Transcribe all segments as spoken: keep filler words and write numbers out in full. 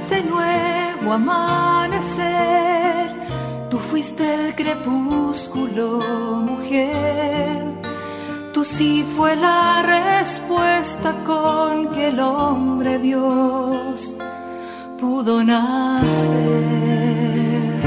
este nuevo amanecer. Tú fuiste el crepúsculo, mujer. Tú sí fue la respuesta con que el hombre Dios pudo nacer.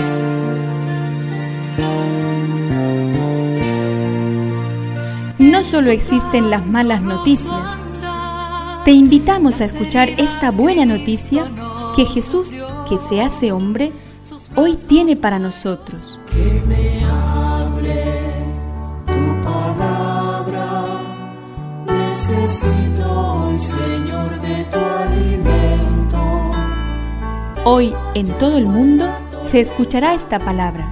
No solo existen las malas noticias. Te invitamos a escuchar esta buena noticia que Jesús, que se hace hombre, hoy tiene para nosotros. Que me hable tu palabra, necesito hoy, Señor, de tu alimento. Hoy en todo el mundo se escuchará esta palabra.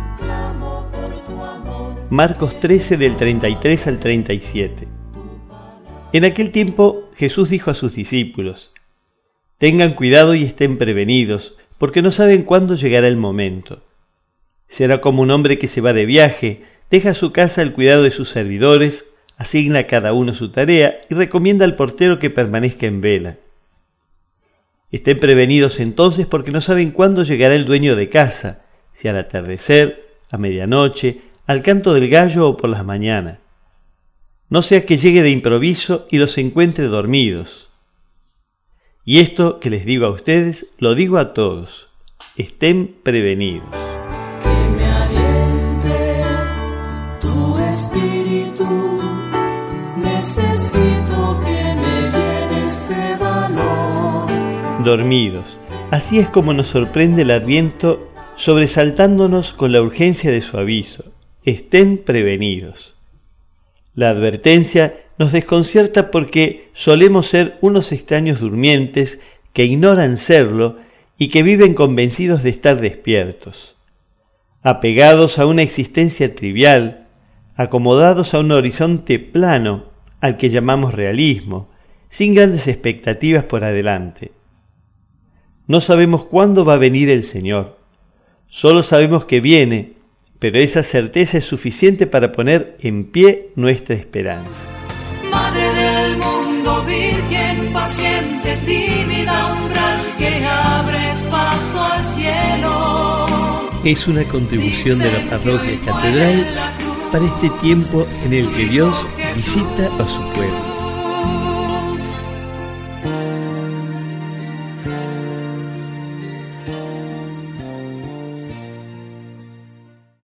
Marcos trece del treinta y tres al treinta y siete. En aquel tiempo Jesús dijo a sus discípulos: tengan cuidado y estén prevenidos, porque no saben cuándo llegará el momento. Será como un hombre que se va de viaje, deja su casa al cuidado de sus servidores, asigna a cada uno su tarea y recomienda al portero que permanezca en vela. Estén prevenidos entonces, porque no saben cuándo llegará el dueño de casa, si al atardecer, a medianoche, al canto del gallo o por las mañanas. No sea que llegue de improviso y los encuentre dormidos. Y esto que les digo a ustedes, lo digo a todos: estén prevenidos. Que me aliente tu espíritu, necesito que me llenes de valor. Dormidos. Así es como nos sorprende el Adviento, sobresaltándonos con la urgencia de su aviso: estén prevenidos. La advertencia nos desconcierta porque solemos ser unos extraños durmientes que ignoran serlo y que viven convencidos de estar despiertos, apegados a una existencia trivial, acomodados a un horizonte plano al que llamamos realismo, sin grandes expectativas por adelante. No sabemos cuándo va a venir el Señor, solo sabemos que viene, pero esa certeza es suficiente para poner en pie nuestra esperanza. Madre del mundo, virgen paciente, tímida umbral que abres paso al cielo. Es una contribución de la Parroquia Catedral para este tiempo en el que Dios visita a su pueblo.